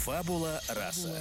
Фабула раса.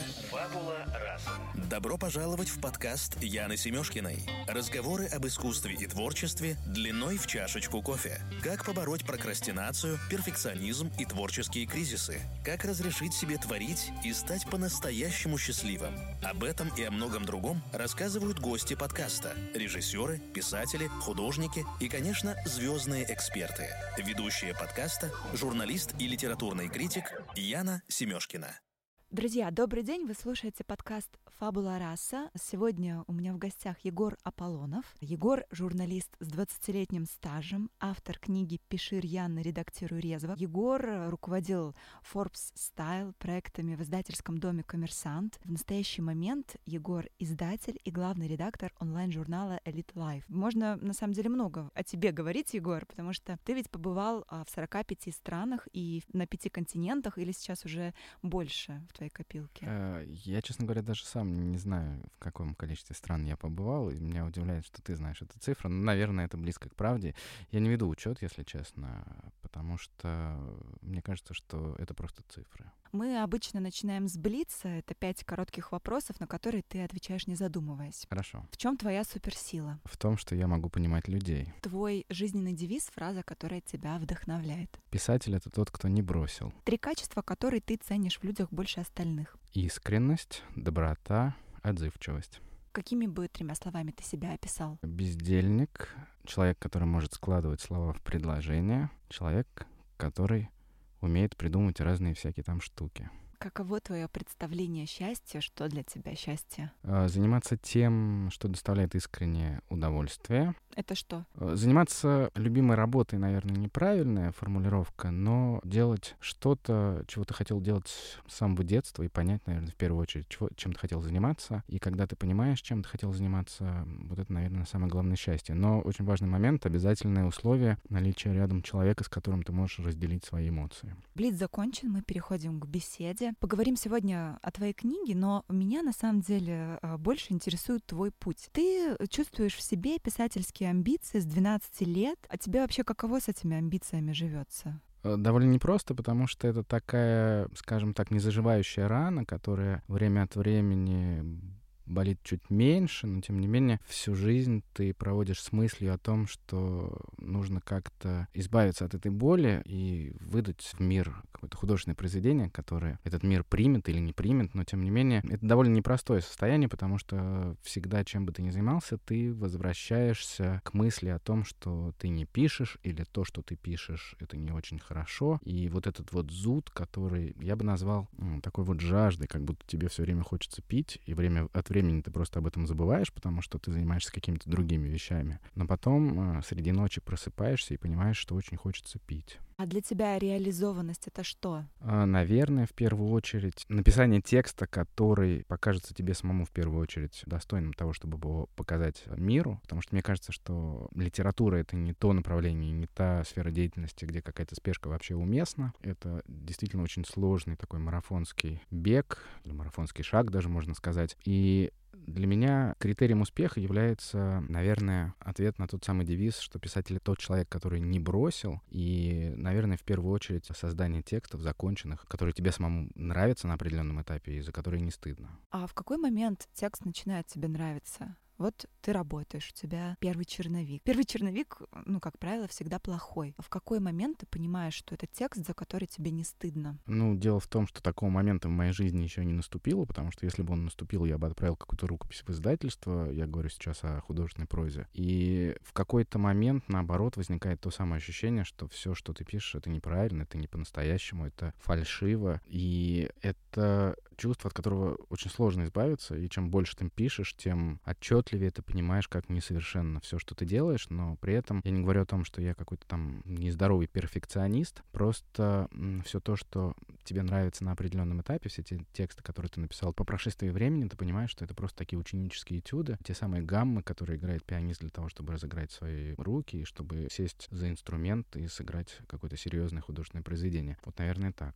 Добро пожаловать в подкаст Яны Семёшкиной. Разговоры об искусстве и творчестве длиной в чашечку кофе. Как побороть прокрастинацию, перфекционизм и творческие кризисы. Как разрешить себе творить и стать по-настоящему счастливым. Об этом и о многом другом рассказывают гости подкаста. Режиссеры, писатели, художники и, конечно, звездные эксперты. Ведущая подкаста, журналист и литературный критик Яна Семёшкина. Друзья, добрый день! Вы слушаете подкаст «Фабула раса». Сегодня у меня в гостях Егор Аполлонов. Егор — журналист с 20-летним стажем, автор книги «Пиши рьяно, редактируй резво». Егор руководил Forbes Style проектами в издательском доме «Коммерсант». В настоящий момент Егор — издатель и главный редактор онлайн-журнала Elite Life. Можно, на самом деле, много о тебе говорить, Егор, потому что ты ведь побывал в 45 странах и на 5 континентах, или сейчас уже больше в твоей копилке? Я, честно говоря, даже сам не знаю, в каком количестве стран я побывал, и меня удивляет, что ты знаешь эту цифру. Но, наверное, это близко к правде. Я не веду учет, если честно, потому что мне кажется, что это просто цифры. Мы обычно начинаем с блица. Это 5 коротких вопросов, на которые ты отвечаешь, не задумываясь. Хорошо. В чем твоя суперсила? В том, что я могу понимать людей. Твой жизненный девиз, фраза, которая тебя вдохновляет. Писатель — это тот, кто не бросил. 3 качества, которые ты ценишь в людях больше остальных. Искренность, доброта, отзывчивость. Какими бы 3 словами ты себя описал? Бездельник, человек, который может складывать слова в предложения, человек, который умеет придумать разные всякие там штуки. Каково твое представление счастья? Что для тебя счастье? Заниматься тем, что доставляет искреннее удовольствие. Это что? Заниматься любимой работой, наверное, неправильная формулировка, но делать что-то, чего ты хотел делать с самого детства, и понять, наверное, в первую очередь, чем ты хотел заниматься. И когда ты понимаешь, чем ты хотел заниматься, вот это, наверное, самое главное счастье. Но очень важный момент — обязательное условие наличия рядом человека, с которым ты можешь разделить свои эмоции. Блиц закончен, мы переходим к беседе. Поговорим сегодня о твоей книге, но меня на самом деле больше интересует твой путь. Ты чувствуешь в себе писательские амбиции с 12 лет, а тебе вообще каково с этими амбициями живется? Довольно непросто, потому что это такая, скажем так, незаживающая рана, которая время от времени болит чуть меньше, но тем не менее всю жизнь ты проводишь с мыслью о том, что нужно как-то избавиться от этой боли и выдать в мир какое-то художественное произведение, которое этот мир примет или не примет, но тем не менее это довольно непростое состояние, потому что всегда, чем бы ты ни занимался, ты возвращаешься к мысли о том, что ты не пишешь или то, что ты пишешь, это не очень хорошо. И вот этот вот зуд, который я бы назвал такой вот жаждой, как будто тебе все время хочется пить, и время от времени ты просто об этом забываешь, потому что ты занимаешься какими-то другими вещами. Но потом среди ночи просыпаешься и понимаешь, что очень хочется пить. А для тебя реализованность — это что? Наверное, в первую очередь, написание текста, который покажется тебе самому в первую очередь достойным того, чтобы его показать миру. Потому что мне кажется, что литература — это не то направление, не та сфера деятельности, где какая-то спешка вообще уместна. Это действительно очень сложный такой марафонский бег, или марафонский шаг даже, можно сказать. И для меня критерием успеха является, наверное, ответ на тот самый девиз, что писатель — тот человек, который не бросил. И, наверное, в первую очередь создание текстов законченных, которые тебе самому нравятся на определенном этапе и за которые не стыдно. А в какой момент текст начинает тебе нравиться? Вот ты работаешь, у тебя первый черновик. Первый черновик, как правило, всегда плохой. А в какой момент ты понимаешь, что это текст, за который тебе не стыдно? Дело в том, что такого момента в моей жизни еще не наступило, потому что если бы он наступил, я бы отправил какую-то рукопись в издательство. Я говорю сейчас о художественной прозе. И в какой-то момент, наоборот, возникает то самое ощущение, что все, что ты пишешь, это неправильно, это не по-настоящему, это фальшиво. И это чувство, от которого очень сложно избавиться, и чем больше ты пишешь, тем отчетливее ты понимаешь, как несовершенно все, что ты делаешь, но при этом я не говорю о том, что я какой-то там нездоровый перфекционист, просто все то, что тебе нравится на определенном этапе, все те тексты, которые ты написал, по прошествии времени ты понимаешь, что это просто такие ученические этюды, те самые гаммы, которые играет пианист для того, чтобы разыграть свои руки и чтобы сесть за инструмент и сыграть какое-то серьезное художественное произведение. Вот, наверное, так.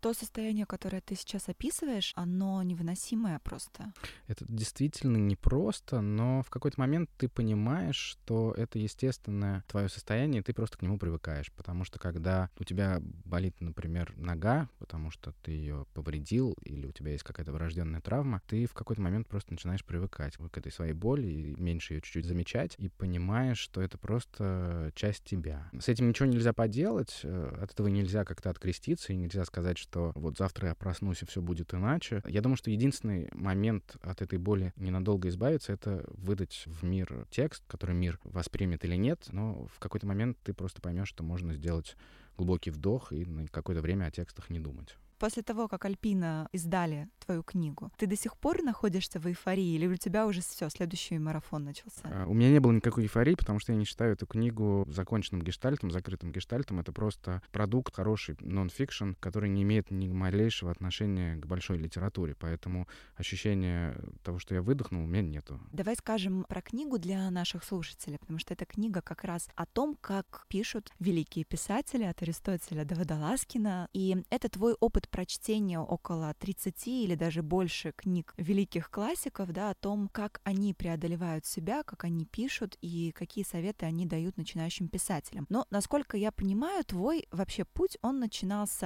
то состояние, которое ты сейчас описываешь, оно невыносимое просто. Это действительно непросто, но в какой-то момент ты понимаешь, что это естественное твое состояние, и ты просто к нему привыкаешь. Потому что когда у тебя болит, например, нога, потому что ты ее повредил, или у тебя есть какая-то врожденная травма, ты в какой-то момент просто начинаешь привыкать к этой своей боли, и меньше ее чуть-чуть замечать, и понимаешь, что это просто часть тебя. С этим ничего нельзя поделать, от этого нельзя как-то откреститься, и нельзя сказать, что вот завтра я проснусь, и все будет иначе. Я думаю, что единственный момент от этой боли ненадолго избавиться — это выдать в мир текст, который мир воспримет или нет, но в какой-то момент ты просто поймешь, что можно сделать глубокий вдох и на какое-то время о текстах не думать. После того, как Альпина издали твою книгу, ты до сих пор находишься в эйфории, или у тебя уже все, следующий марафон начался? У меня не было никакой эйфории, потому что я не считаю эту книгу законченным гештальтом, закрытым гештальтом. Это просто продукт, хороший нон-фикшн, который не имеет ни малейшего отношения к большой литературе. Поэтому ощущения того, что я выдохнул, у меня нету. Давай скажем про книгу для наших слушателей, потому что эта книга как раз о том, как пишут великие писатели от Аристотеля до Водолазкина. И это твой опыт прочтения около 30 или даже больше книг великих классиков, да, о том, как они преодолевают себя, как они пишут и какие советы они дают начинающим писателям. Но, насколько я понимаю, твой вообще путь, он начался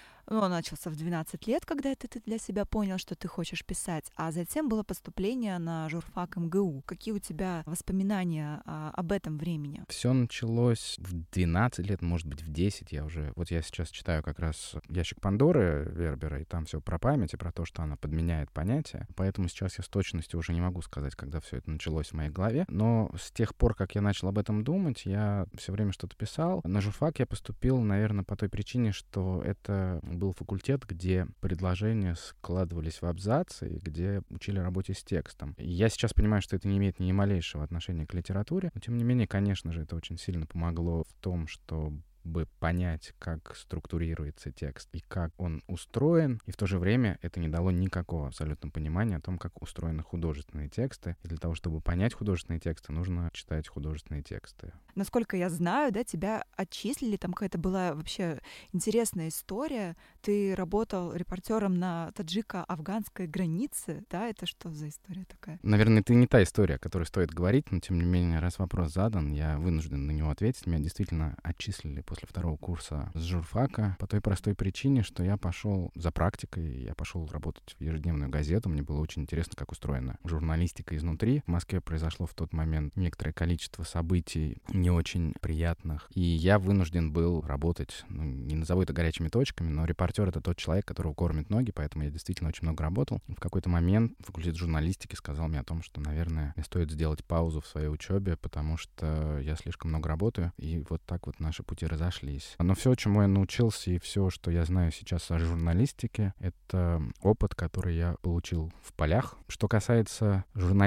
в 12 лет, когда ты для себя понял, что ты хочешь писать, а затем было поступление на журфак МГУ. Какие у тебя воспоминания об этом времени? Все началось в 12 лет, может быть, в 10. Я сейчас читаю как раз «Ящик Пандоры» Вербера, и там все про память и про то, что она подменяет понятия. Поэтому сейчас я с точностью уже не могу сказать, когда все это началось в моей голове. Но с тех пор, как я начал об этом думать, я все время что-то писал. На журфак я поступил, наверное, по той причине, что это был факультет, где предложения складывались в абзацы, и где учили работе с текстом. Я сейчас понимаю, что это не имеет ни малейшего отношения к литературе, но тем не менее, конечно же, это очень сильно помогло в том, чтобы понять, как структурируется текст и как он устроен, и в то же время это не дало никакого абсолютно понимания о том, как устроены художественные тексты. И для того, чтобы понять художественные тексты, нужно читать художественные тексты. Насколько я знаю, да, тебя отчислили, там какая-то была вообще интересная история. Ты работал репортером на таджико-афганской границе, да? Это что за история такая? Наверное, это не та история, о которой стоит говорить, но тем не менее, раз вопрос задан, я вынужден на него ответить. Меня действительно отчислили после второго курса с журфака по той простой причине, что я пошел за практикой, я пошел работать в ежедневную газету. Мне было очень интересно, как устроена журналистика изнутри. В Москве произошло в тот момент некоторое количество событий не очень приятных, и я вынужден был работать, не назову это горячими точками, но репортер — это тот человек, которого кормят ноги, поэтому я действительно очень много работал. И в какой-то момент факультет журналистики сказал мне о том, что, наверное, мне стоит сделать паузу в своей учебе, потому что я слишком много работаю, и вот так вот наши пути разошлись. Но все, чему я научился, и все, что я знаю сейчас о журналистике, это опыт, который я получил в полях. Что касается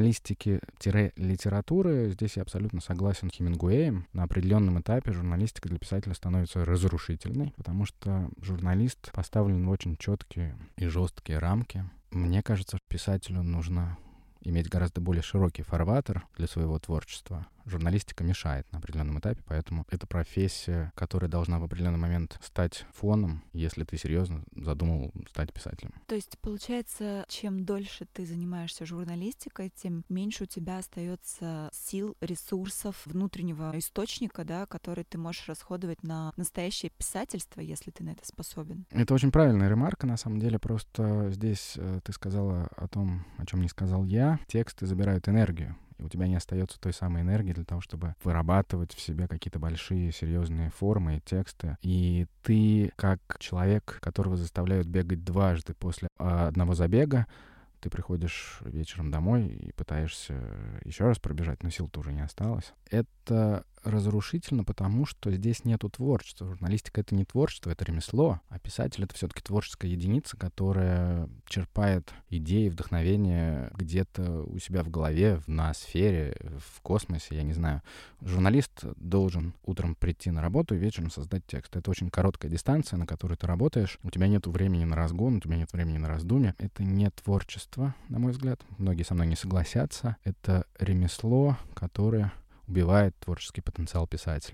журналистики-литературы, здесь я абсолютно согласен с Хемингуэем. На определенном этапе журналистика для писателя становится разрушительной, потому что журналист поставлен в очень четкие и жесткие рамки. Мне кажется, писателю нужно иметь гораздо более широкий фарватер для своего творчества. Журналистика мешает на определенном этапе, поэтому это профессия, которая должна в определенный момент стать фоном, если ты серьезно задумал стать писателем. То есть, получается, чем дольше ты занимаешься журналистикой, тем меньше у тебя остается сил, ресурсов, внутреннего источника, да, который ты можешь расходовать на настоящее писательство, если ты на это способен. Это очень правильная ремарка, на самом деле. Просто здесь ты сказала о том, о чем не сказал я. Тексты забирают энергию. И у тебя не остается той самой энергии для того, чтобы вырабатывать в себе какие-то большие, серьезные формы и тексты. И ты, как человек, которого заставляют бегать дважды после одного забега, ты приходишь вечером домой и пытаешься еще раз пробежать, но сил-то уже не осталось. Это разрушительно, потому что здесь нету творчества. Журналистика — это не творчество, это ремесло, а писатель — это все-таки творческая единица, которая черпает идеи, вдохновение где-то у себя в голове, в ноосфере, в космосе, я не знаю. Журналист должен утром прийти на работу и вечером создать текст. Это очень короткая дистанция, на которой ты работаешь. У тебя нет времени на разгон, у тебя нет времени на раздумье. Это не творчество, на мой взгляд. Многие со мной не согласятся. Это ремесло, которое убивает творческий потенциал писателя.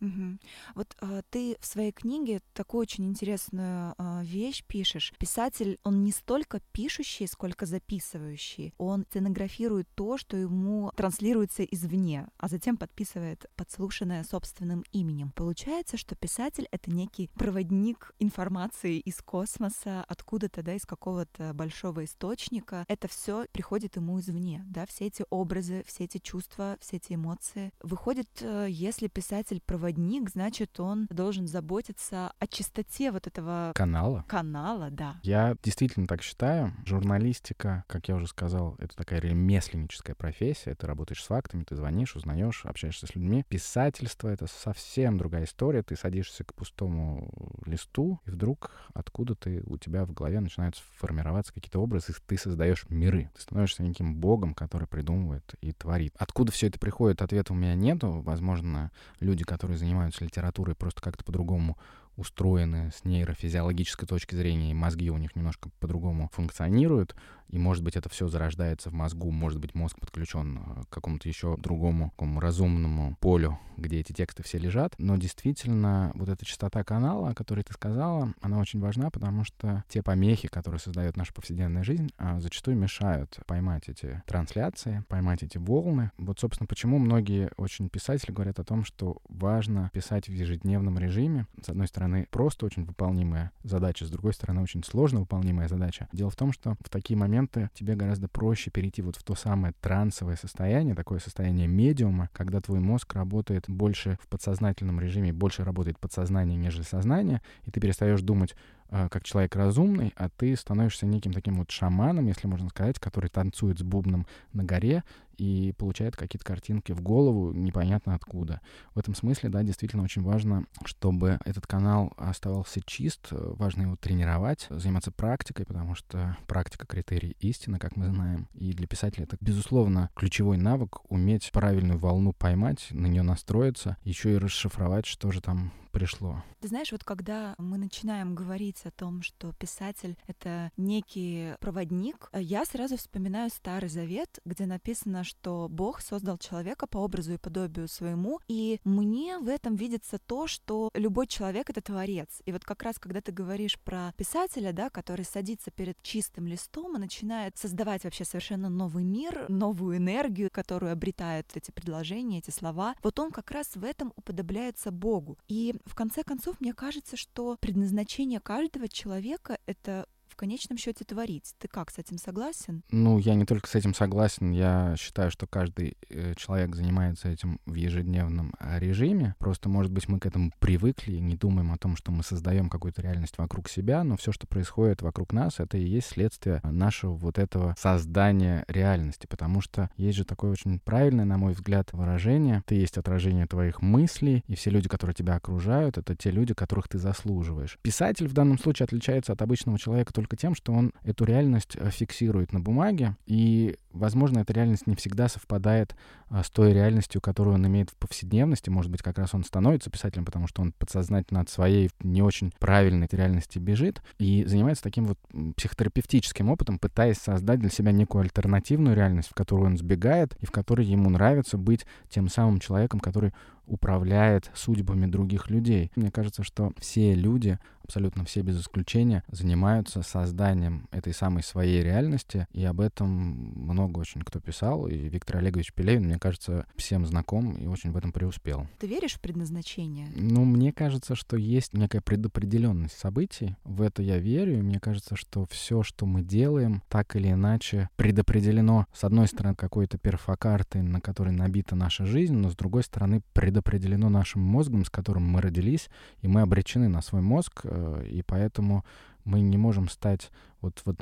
Угу. Вот ты в своей книге такую очень интересную вещь пишешь. Писатель, он не столько пишущий, сколько записывающий. Он сценографирует то, что ему транслируется извне, а затем подписывает подслушанное собственным именем. Получается, что писатель — это некий проводник информации из космоса, откуда-то, да, из какого-то большого источника. Это все приходит ему извне, да, все эти образы, все эти чувства, все эти эмоции. Выходит, если писатель проводник, значит, он должен заботиться о чистоте вот этого канала, да. Я действительно так считаю. Журналистика, как я уже сказал, это такая ремесленническая профессия. Ты работаешь с фактами, ты звонишь, узнаешь, общаешься с людьми. Писательство — это совсем другая история. Ты садишься к пустому листу, и вдруг откуда-то у тебя в голове начинают формироваться какие-то образы, и ты создаешь миры. Ты становишься неким богом, который придумывает и творит. Откуда все это приходит, ответа у меня нету. Возможно, люди, которые занимаются литературой, просто как-то по-другому устроены с нейрофизиологической точки зрения, и мозги у них немножко по-другому функционируют, и, может быть, это все зарождается в мозгу, может быть, мозг подключен к какому-то еще другому, такому разумному полю, где эти тексты все лежат. Но действительно, вот эта частота канала, о которой ты сказала, она очень важна, потому что те помехи, которые создает наша повседневная жизнь, зачастую мешают поймать эти трансляции, поймать эти волны. Вот, собственно, почему многие очень писатели говорят о том, что важно писать в ежедневном режиме. С одной стороны, просто очень выполнимая задача, с другой стороны, очень сложно выполнимая задача. Дело в том, что в такие моменты тебе гораздо проще перейти вот в то самое трансовое состояние, такое состояние медиума, когда твой мозг работает больше в подсознательном режиме, больше работает подсознание, нежели сознание, и ты перестаешь думать как человек разумный, а ты становишься неким таким вот шаманом, если можно сказать, который танцует с бубном на горе и получает какие-то картинки в голову непонятно откуда. В этом смысле, да, действительно очень важно, чтобы этот канал оставался чист, важно его тренировать, заниматься практикой, потому что практика — критерий истины, как мы знаем. И для писателя это, безусловно, ключевой навык — уметь правильную волну поймать, на нее настроиться, еще и расшифровать, что же там пришло. Ты знаешь, вот когда мы начинаем говорить о том, что писатель — это некий проводник, я сразу вспоминаю Старый Завет, где написано, что Бог создал человека по образу и подобию своему, и мне в этом видится то, что любой человек — это творец. И вот как раз, когда ты говоришь про писателя, да, который садится перед чистым листом и начинает создавать вообще совершенно новый мир, новую энергию, которую обретают эти предложения, эти слова, вот он как раз в этом уподобляется Богу. И в конце концов, мне кажется, что предназначение каждого человека — это в конечном счете творить. Ты как, с этим согласен? Ну, я не только с этим согласен, я считаю, что каждый человек занимается этим в ежедневном режиме. Просто, может быть, мы к этому привыкли и не думаем о том, что мы создаем какую-то реальность вокруг себя, но все, что происходит вокруг нас, это и есть следствие нашего вот этого создания реальности, потому что есть же такое очень правильное, на мой взгляд, выражение: ты есть отражение твоих мыслей, и все люди, которые тебя окружают, это те люди, которых ты заслуживаешь. Писатель в данном случае отличается от обычного человека только тем, что он эту реальность фиксирует на бумаге, и, возможно, эта реальность не всегда совпадает с той реальностью, которую он имеет в повседневности. Может быть, как раз он становится писателем, потому что он подсознательно от своей не очень правильной реальности бежит и занимается таким вот психотерапевтическим опытом, пытаясь создать для себя некую альтернативную реальность, в которую он сбегает и в которой ему нравится быть тем самым человеком, который управляет судьбами других людей. Мне кажется, что все люди, абсолютно все без исключения, занимаются созданием этой самой своей реальности, и об этом много очень кто писал, и Виктор Олегович Пелевин, мне кажется, всем знаком и очень в этом преуспел. Ты веришь в предназначение? Ну, мне кажется, что есть некая предопределенность событий, в это я верю, и мне кажется, что все, что мы делаем, так или иначе предопределено, с одной стороны, какой-то перфокартой, на которой набита наша жизнь, но с другой стороны, предопределено нашим мозгом, с которым мы родились, и мы обречены на свой мозг, и поэтому мы не можем стать вот в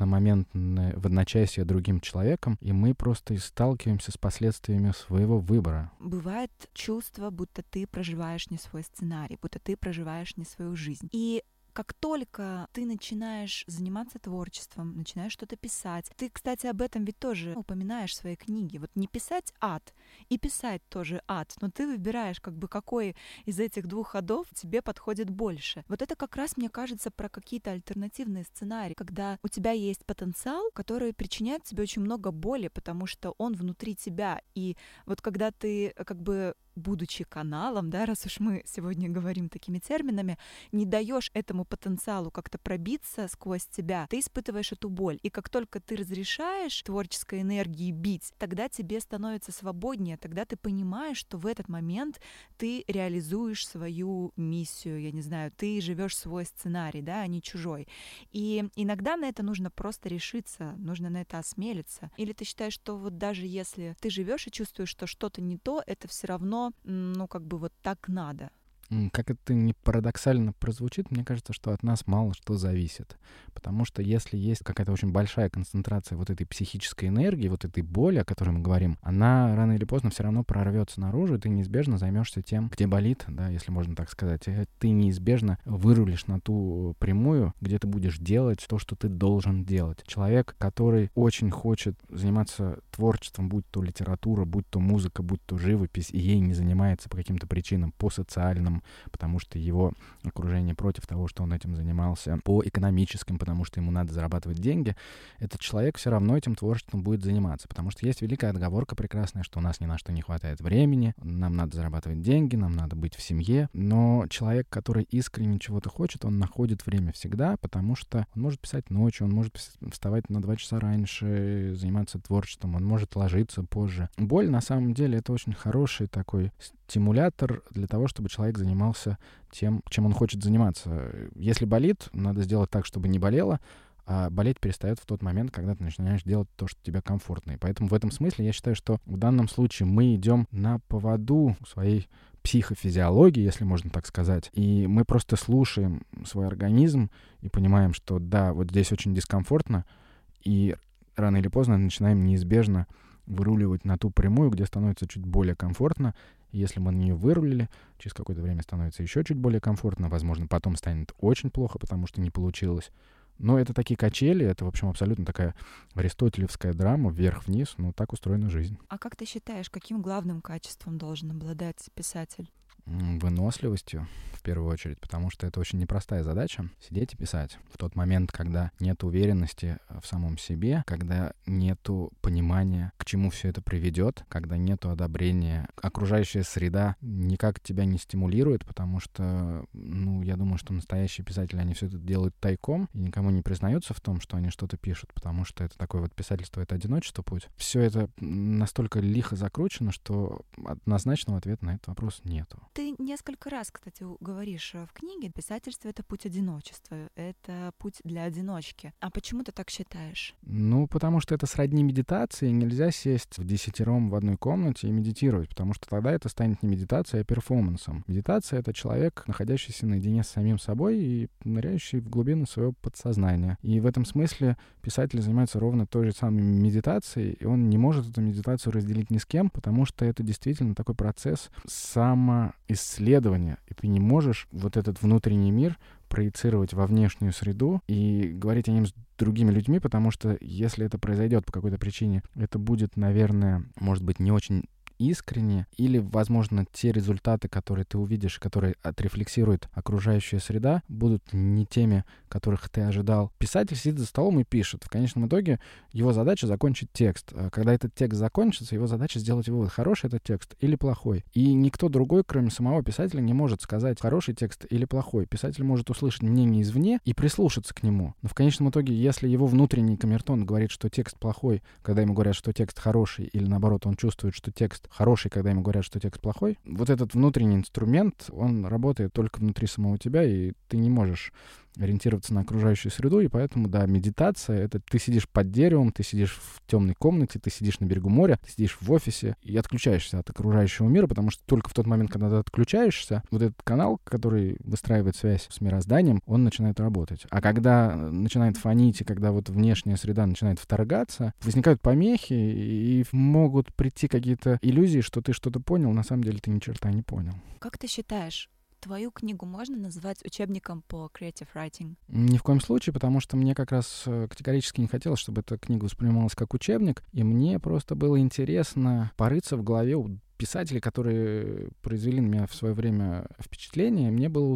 одночасье другим человеком, и мы просто сталкиваемся с последствиями своего выбора. Бывает чувство, будто ты проживаешь не свой сценарий, будто ты проживаешь не свою жизнь. И как только ты начинаешь заниматься творчеством, начинаешь что-то писать, ты, кстати, об этом ведь тоже упоминаешь в своей книге. Вот не писать ад, и писать тоже ад, но ты выбираешь, как бы, какой из этих двух ходов тебе подходит больше. Вот это как раз, мне кажется, про какие-то альтернативные сценарии, когда у тебя есть потенциал, который причиняет тебе очень много боли, потому что он внутри тебя. И вот когда ты, как бы, будучи каналом, да, раз уж мы сегодня говорим такими терминами, не даешь этому потенциалу как-то пробиться сквозь тебя, ты испытываешь эту боль. И как только ты разрешаешь творческой энергии бить, тогда тебе становится свободнее, тогда ты понимаешь, что в этот момент ты реализуешь свою миссию, я не знаю, ты живешь свой сценарий, да, а не чужой. И иногда на это нужно просто решиться, нужно на это осмелиться. Или ты считаешь, что вот даже если ты живешь и чувствуешь, что что-то не то, это все равно, ну, как бы вот так надо? Как это ни парадоксально прозвучит, мне кажется, что от нас мало что зависит. Потому что если есть какая-то очень большая концентрация вот этой психической энергии, вот этой боли, о которой мы говорим, она рано или поздно все равно прорвется наружу, и ты неизбежно займешься тем, где болит, да, если можно так сказать. И ты неизбежно вырулишь на ту прямую, где ты будешь делать то, что ты должен делать. Человек, который очень хочет заниматься творчеством, будь то литература, будь то музыка, будь то живопись, и ей не занимается по каким-то причинам, по социальным, потому что его окружение против того, что он этим занимался, по экономическим, потому что ему надо зарабатывать деньги, этот человек все равно этим творчеством будет заниматься, потому что есть великая отговорка прекрасная, что у нас ни на что не хватает времени, нам надо зарабатывать деньги, нам надо быть в семье, но человек, который искренне чего-то хочет, он находит время всегда, потому что он может писать ночью, он может вставать на 2 часа раньше, заниматься творчеством, он может ложиться позже. Боль, на самом деле, это очень хороший такой стимулятор для того, чтобы человек занимался тем, чем он хочет заниматься. Если болит, надо сделать так, чтобы не болело, а болеть перестает в тот момент, когда ты начинаешь делать то, что тебе комфортно. И поэтому в этом смысле я считаю, что в данном случае мы идем на поводу своей психофизиологии, если можно так сказать, и мы просто слушаем свой организм и понимаем, что да, вот здесь очень дискомфортно, и рано или поздно начинаем неизбежно выруливать на ту прямую, где становится чуть более комфортно. И если мы на нее вырулили, через какое-то время становится еще чуть более комфортно, возможно, потом станет очень плохо, потому что не получилось. Но это такие качели, это, в общем, абсолютно такая аристотелевская драма, вверх-вниз, но так устроена жизнь. А как ты считаешь, каким главным качеством должен обладать писатель? Выносливостью, в первую очередь, потому что это очень непростая задача — сидеть и писать. В тот момент, когда нет уверенности в самом себе, когда нету понимания, к чему все это приведет, когда нету одобрения, окружающая среда никак тебя не стимулирует, потому что, я думаю, что настоящие писатели, они все это делают тайком и никому не признаются в том, что они что-то пишут, потому что это такое вот писательство, это одиночество путь. Все это настолько лихо закручено, что однозначного ответа на этот вопрос нету. Ты несколько раз, кстати, говоришь в книге, писательство — это путь одиночества, это путь для одиночки. А почему ты так считаешь? Потому что это сродни медитации, нельзя сесть вдесятером в одной комнате и медитировать, потому что тогда это станет не медитацией, а перформансом. Медитация — это человек, находящийся наедине с самим собой и ныряющий в глубины своего подсознания. И в этом смысле писатель занимается ровно той же самой медитацией, и он не может эту медитацию разделить ни с кем, потому что это действительно такой процесс исследования, и ты не можешь вот этот внутренний мир проецировать во внешнюю среду и говорить о нем с другими людьми, потому что если это произойдет по какой-то причине, это будет, наверное, может быть, не очень искренне, или, возможно, те результаты, которые ты увидишь, которые отрефлексирует окружающая среда, будут не теми, которых ты ожидал. Писатель сидит за столом и пишет. В конечном итоге его задача — закончить текст. Когда этот текст закончится, его задача — сделать вывод, хороший этот текст или плохой. И никто другой, кроме самого писателя, не может сказать, хороший текст или плохой. Писатель может услышать мнение извне и прислушаться к нему. Но в конечном итоге, если его внутренний камертон говорит, что текст плохой, когда ему говорят, что текст хороший, или наоборот, он чувствует, что текст хороший, когда ему говорят, что текст плохой, вот этот внутренний инструмент, он работает только внутри самого тебя, и ты не можешь ориентироваться на окружающую среду, и поэтому, да, медитация — это ты сидишь под деревом, ты сидишь в темной комнате, ты сидишь на берегу моря, ты сидишь в офисе и отключаешься от окружающего мира, потому что только в тот момент, когда ты отключаешься, вот этот канал, который выстраивает связь с мирозданием, он начинает работать. А когда начинает фонить, и когда вот внешняя среда начинает вторгаться, возникают помехи, и могут прийти какие-то иллюзии, что ты что-то понял, на самом деле ты ни черта не понял. Как ты считаешь, твою книгу можно назвать учебником по creative writing? Ни в коем случае, потому что мне как раз категорически не хотелось, чтобы эта книга воспринималась как учебник, и мне просто было интересно порыться в голове у писателей, которые произвели на меня в свое время впечатление. Мне было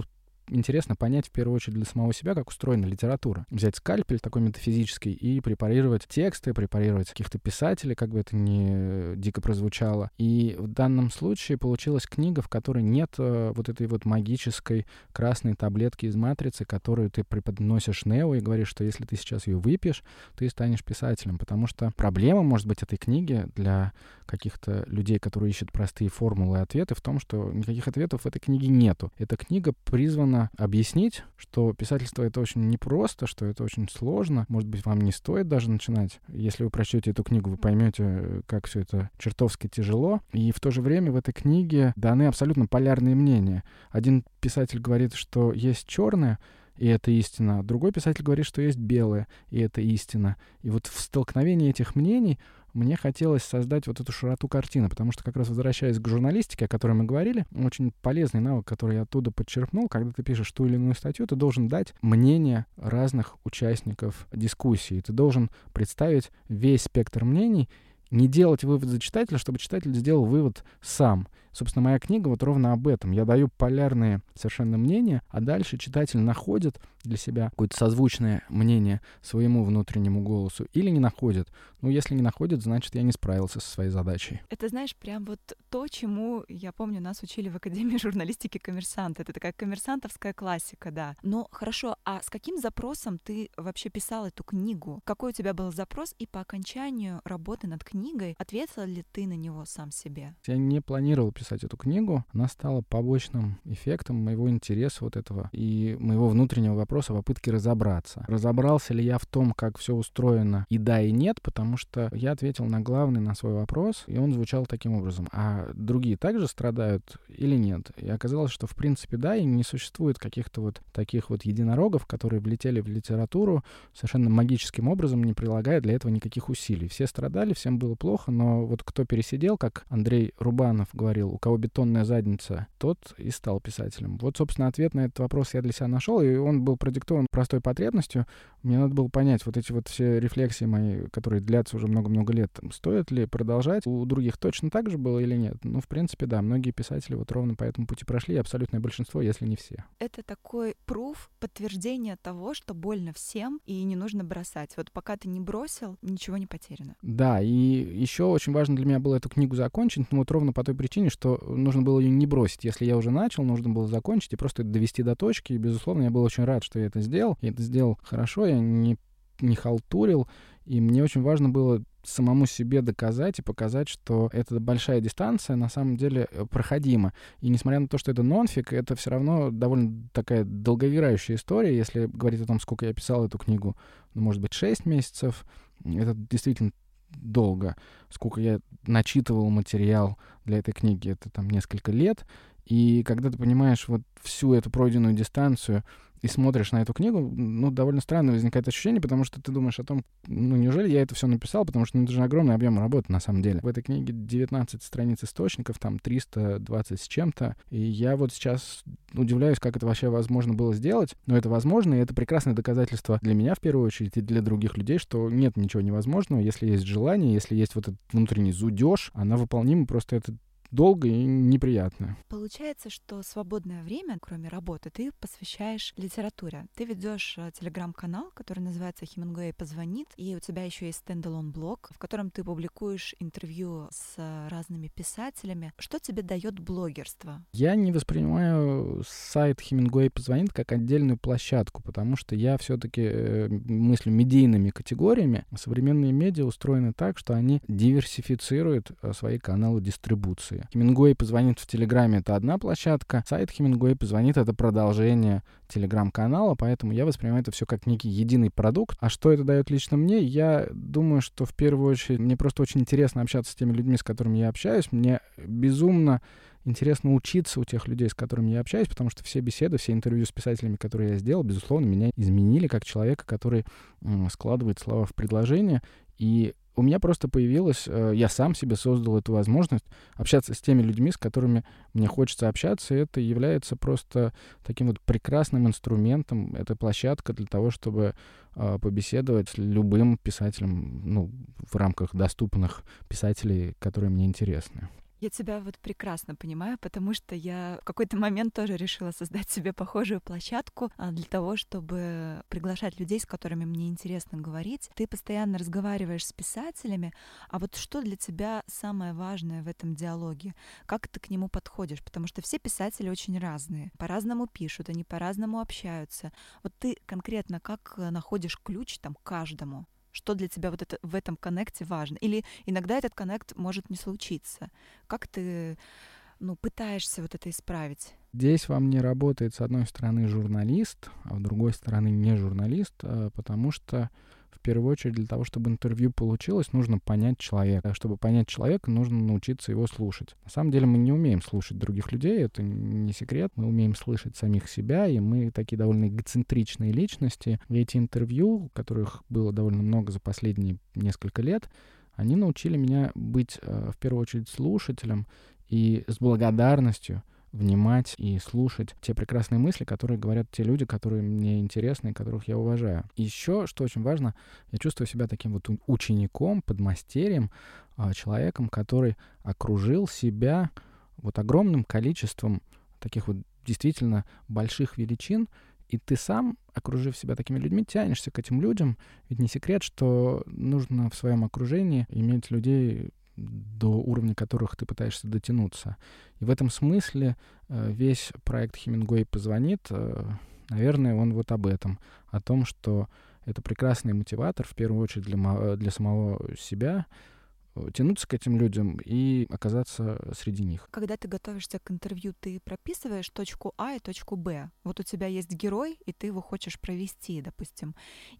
интересно понять в первую очередь для самого себя, как устроена литература. Взять скальпель такой метафизический и препарировать тексты, препарировать каких-то писателей, как бы это ни дико прозвучало. И в данном случае получилась книга, в которой нет вот этой вот магической красной таблетки из матрицы, которую ты преподносишь Нео и говоришь, что если ты сейчас ее выпьешь, ты станешь писателем. Потому что проблема, может быть, этой книги для каких-то людей, которые ищут простые формулы и ответы, в том, что никаких ответов в этой книге нету. Эта книга призвана объяснить, что писательство — это очень непросто, что это очень сложно. Может быть, вам не стоит даже начинать. Если вы прочтете эту книгу, вы поймете, как все это чертовски тяжело. И в то же время в этой книге даны абсолютно полярные мнения. Один писатель говорит, что есть черное, и это истина. Другой писатель говорит, что есть белое, и это истина. И вот в столкновении этих мнений мне хотелось создать вот эту широту картины, потому что, как раз возвращаясь к журналистике, о которой мы говорили, очень полезный навык, который я оттуда подчерпнул, когда ты пишешь ту или иную статью, ты должен дать мнение разных участников дискуссии. Ты должен представить весь спектр мнений, не делать вывод за читателя, чтобы читатель сделал вывод сам. Собственно, моя книга вот ровно об этом. Я даю полярные совершенно мнения, а дальше читатель находит для себя какое-то созвучное мнение своему внутреннему голосу или не находит. Ну, если не находит, значит, я не справился со своей задачей. Это, знаешь, прям вот то, чему, я помню, нас учили в Академии журналистики «Коммерсант». Это такая коммерсантовская классика, да. Но хорошо, а с каким запросом ты вообще писал эту книгу? Какой у тебя был запрос? И по окончанию работы над книгой ответил ли ты на него сам себе? Я не планировал писать эту книгу. Она стала побочным эффектом моего интереса вот этого и моего внутреннего вопроса, попытки разобраться. Разобрался ли я в том, как все устроено, и да, и нет, потому что я ответил на главный, на свой вопрос, и он звучал таким образом. А другие также страдают или нет? И оказалось, что в принципе да, и не существует каких-то вот таких вот единорогов, которые влетели в литературу совершенно магическим образом, не прилагая для этого никаких усилий. Все страдали, всем было плохо, но вот кто пересидел, как Андрей Рубанов говорил, у кого бетонная задница, тот и стал писателем. Вот, собственно, ответ на этот вопрос я для себя нашел, и он был продиктован простой потребностью. Мне надо было понять вот эти вот все рефлексии мои, которые длятся уже много-много лет, стоит ли продолжать. У других точно так же было или нет? Ну, в принципе, да, многие писатели вот ровно по этому пути прошли, и абсолютное большинство, если не все. Это такой пруф, подтверждение того, что больно всем, и не нужно бросать. Вот пока ты не бросил, ничего не потеряно. Да, и еще очень важно для меня было эту книгу закончить, ну вот ровно по той причине, что нужно было ее не бросить. Если я уже начал, нужно было закончить и просто довести до точки. И, безусловно, я был очень рад, что я это сделал. Я это сделал хорошо, я не халтурил. И мне очень важно было самому себе доказать и показать, что эта большая дистанция на самом деле проходима. И несмотря на то, что это нонфик, это все равно довольно такая долгоиграющая история. Если говорить о том, сколько я писал эту книгу, ну, может быть, 6 месяцев, это действительно долго. Сколько я начитывал материал для этой книги, это там несколько лет. И когда ты понимаешь вот всю эту пройденную дистанцию и смотришь на эту книгу, ну, довольно странно возникает ощущение, потому что ты думаешь о том, ну, неужели я это все написал, потому что это же огромный объем работы на самом деле. В этой книге 19 страниц источников, там 320 с чем-то, и я вот сейчас удивляюсь, как это вообще возможно было сделать, но это возможно, и это прекрасное доказательство для меня в первую очередь и для других людей, что нет ничего невозможного, если есть желание, если есть вот этот внутренний зудёж, она выполнима, просто это долго и неприятно. Получается, что свободное время, кроме работы, ты посвящаешь литературе. Ты ведешь телеграм-канал, который называется «Хемингуэй позвонит», и у тебя еще есть стендалон-блог, в котором ты публикуешь интервью с разными писателями. Что тебе дает блогерство? Я не воспринимаю сайт «Хемингуэй позвонит» как отдельную площадку, потому что я все-таки мыслю медийными категориями. Современные медиа устроены так, что они диверсифицируют свои каналы дистрибуции. Хемингуэй позвонит в Телеграме — это одна площадка, сайт Хемингуэй позвонит — это продолжение Телеграм-канала, поэтому я воспринимаю это все как некий единый продукт. А что это дает лично мне? Я думаю, что в первую очередь мне просто очень интересно общаться с теми людьми, с которыми я общаюсь. Мне безумно интересно учиться у тех людей, с которыми я общаюсь, потому что все беседы, все интервью с писателями, которые я сделал, безусловно, меня изменили как человека, который складывает слова в предложения. И у меня просто появилось, я сам себе создал эту возможность общаться с теми людьми, с которыми мне хочется общаться, и это является просто таким вот прекрасным инструментом. Это площадка для того, чтобы побеседовать с любым писателем, ну, в рамках доступных писателей, которые мне интересны. Я тебя вот прекрасно понимаю, потому что я в какой-то момент тоже решила создать себе похожую площадку для того, чтобы приглашать людей, с которыми мне интересно говорить. Ты постоянно разговариваешь с писателями, а вот что для тебя самое важное в этом диалоге? Как ты к нему подходишь? Потому что все писатели очень разные, по-разному пишут, они по-разному общаются. Вот ты конкретно как находишь ключ там к каждому? Что для тебя вот это в этом коннекте важно? Или иногда этот коннект может не случиться. Как ты, пытаешься вот это исправить? Здесь во мне работает, с одной стороны, журналист, а с другой стороны, не журналист, потому что в первую очередь для того, чтобы интервью получилось, нужно понять человека. А чтобы понять человека, нужно научиться его слушать. На самом деле мы не умеем слушать других людей, это не секрет. Мы умеем слышать самих себя, и мы такие довольно эгоцентричные личности. И эти интервью, которых было довольно много за последние несколько лет, они научили меня быть в первую очередь слушателем и с благодарностью внимать и слушать те прекрасные мысли, которые говорят те люди, которые мне интересны и которых я уважаю. И еще, что очень важно, я чувствую себя таким вот учеником, подмастерьем, человеком, который окружил себя вот огромным количеством таких вот действительно больших величин, и ты сам, окружив себя такими людьми, тянешься к этим людям. Ведь не секрет, что нужно в своем окружении иметь людей, до уровня которых ты пытаешься дотянуться. И в этом смысле весь проект «Хемингуэй позвонит», наверное, он вот об этом. О том, что это прекрасный мотиватор, в первую очередь для самого себя, тянуться к этим людям и оказаться среди них. Когда ты готовишься к интервью, ты прописываешь точку А и точку Б. Вот у тебя есть герой, и ты его хочешь провести, допустим,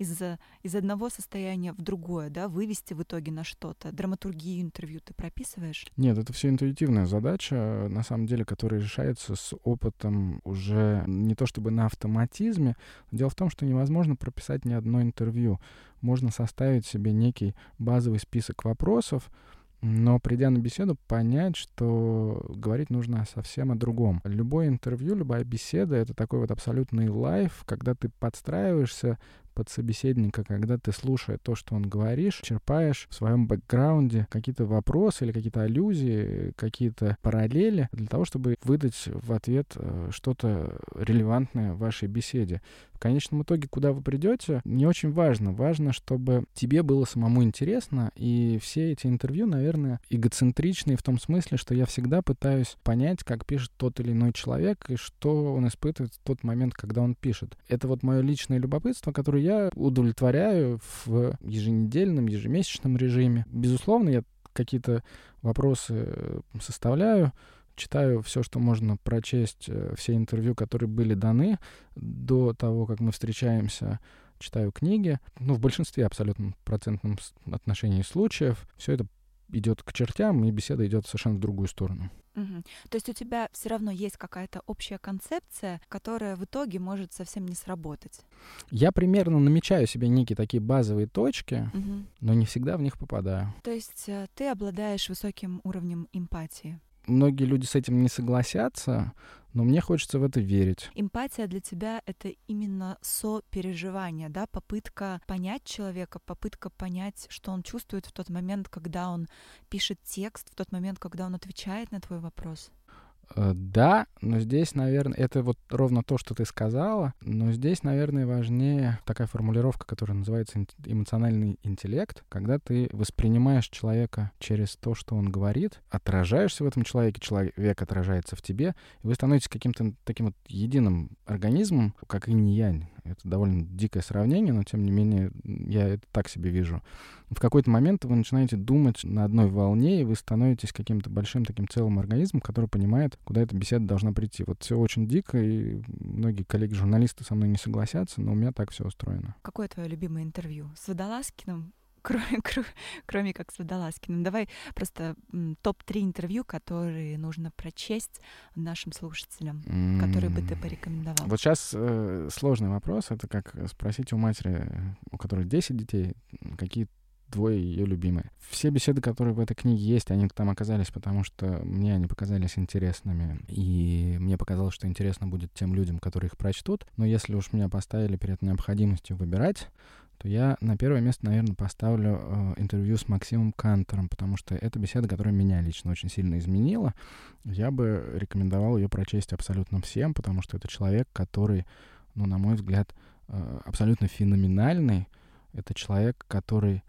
из одного состояния в другое, да, вывести в итоге на что-то. Драматургию интервью ты прописываешь? Нет, это все интуитивная задача, на самом деле, которая решается с опытом уже не то чтобы на автоматизме. Дело в том, что невозможно прописать ни одно интервью. Можно составить себе некий базовый список вопросов, но, придя на беседу, понять, что говорить нужно совсем о другом. Любое интервью, любая беседа — это такой вот абсолютный лайф, когда ты подстраиваешься под собеседника, когда ты, слушая то, что он говоришь, черпаешь в своем бэкграунде какие-то вопросы или какие-то аллюзии, какие-то параллели для того, чтобы выдать в ответ что-то релевантное в вашей беседе. В конечном итоге, куда вы придете, не очень важно. Важно, чтобы тебе было самому интересно, и все эти интервью, наверное, эгоцентричные в том смысле, что я всегда пытаюсь понять, как пишет тот или иной человек, и что он испытывает в тот момент, когда он пишет. Это вот мое личное любопытство, которое я удовлетворяю в еженедельном, ежемесячном режиме. Безусловно, я какие-то вопросы составляю, читаю все, что можно прочесть, все интервью, которые были даны до того, как мы встречаемся, читаю книги. В большинстве абсолютно процентном отношении случаев все это идет к чертям, и беседа идет совершенно в другую сторону. Угу. То есть у тебя все равно есть какая-то общая концепция, которая в итоге может совсем не сработать. Я примерно намечаю себе некие такие базовые точки, но не всегда в них попадаю. То есть ты обладаешь высоким уровнем эмпатии. Многие люди с этим не согласятся, но мне хочется в это верить. Эмпатия для тебя — это именно сопереживание, да, попытка понять человека, попытка понять, что он чувствует в тот момент, когда он пишет текст, в тот момент, когда он отвечает на твой вопрос. Да, но здесь, наверное, это вот ровно то, что ты сказала, но здесь, наверное, важнее такая формулировка, которая называется эмоциональный интеллект, когда ты воспринимаешь человека через то, что он говорит, отражаешься в этом человеке, человек отражается в тебе, и вы становитесь каким-то таким вот единым организмом, как инь-янь. Это довольно дикое сравнение, но, тем не менее, я это так себе вижу. В какой-то момент вы начинаете думать на одной волне, и вы становитесь каким-то большим таким целым организмом, который понимает, куда эта беседа должна прийти. Вот все очень дико, и многие коллеги-журналисты со мной не согласятся, но у меня так все устроено. Какое твое любимое интервью? С Водолазкиным? Кроме как с Водолазкиным. Давай просто топ-3 интервью, которые нужно прочесть нашим слушателям, которые бы ты порекомендовал. Вот сейчас сложный вопрос. Это как спросить у матери, у которой 10 детей, какие двое ее любимые. Все беседы, которые в этой книге есть, они там оказались, потому что мне они показались интересными. И мне показалось, что интересно будет тем людям, которые их прочтут. Но если уж меня поставили перед необходимостью выбирать, то я на первое место, наверное, поставлю интервью с Максимом Кантором, потому что это беседа, которая меня лично очень сильно изменила. Я бы рекомендовал ее прочесть абсолютно всем, потому что это человек, который, на мой взгляд, абсолютно феноменальный. Это человек, который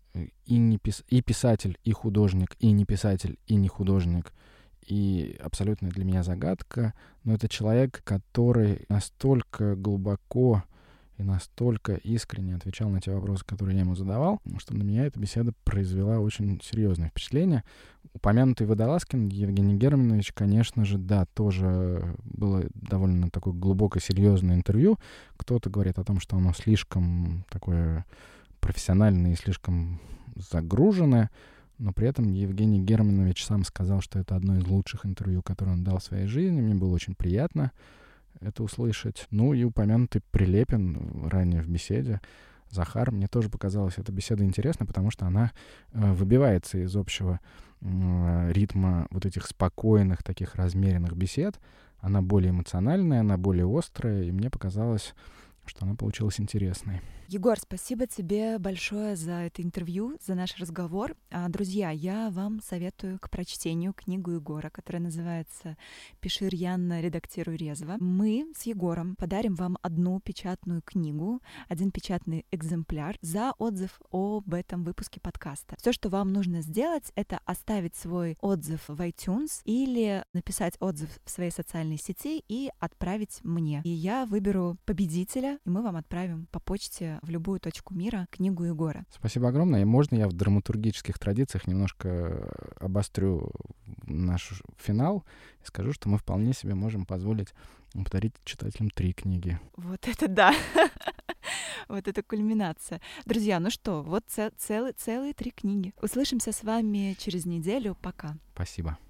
и писатель, и художник, и не писатель, и не художник, и абсолютно для меня загадка. Но это человек, который настолько глубоко и настолько искренне отвечал на те вопросы, которые я ему задавал, что на меня эта беседа произвела очень серьезное впечатление. Упомянутый Водолазкин Евгений Германович, конечно же, да, тоже было довольно такое глубоко серьезное интервью. Кто-то говорит о том, что оно слишком такое профессиональное и слишком загруженное, но при этом Евгений Германович сам сказал, что это одно из лучших интервью, которое он дал в своей жизни. Мне было очень приятно это услышать. И упомянутый Прилепин ранее в беседе, Захар, мне тоже показалась эта беседа интересной, потому что она выбивается из общего ритма вот этих спокойных, таких размеренных бесед. Она более эмоциональная, она более острая, и мне показалось, что она получилась интересной. Егор, спасибо тебе большое за это интервью, за наш разговор. Друзья, я вам советую к прочтению книгу Егора, которая называется «Пиши рьяно, редактируй резво». Мы с Егором подарим вам одну печатную книгу, один печатный экземпляр за отзыв об этом выпуске подкаста. Все, что вам нужно сделать, это оставить свой отзыв в iTunes или написать отзыв в своей социальной сети и отправить мне. И я выберу победителя, и мы вам отправим по почте в любую точку мира книгу Егора. Спасибо огромное. И можно я в драматургических традициях немножко обострю наш финал и скажу, что мы вполне себе можем позволить подарить читателям 3 книги. Вот это да! Вот это кульминация. Друзья, вот целые 3 книги. Услышимся с вами через неделю. Пока. Спасибо.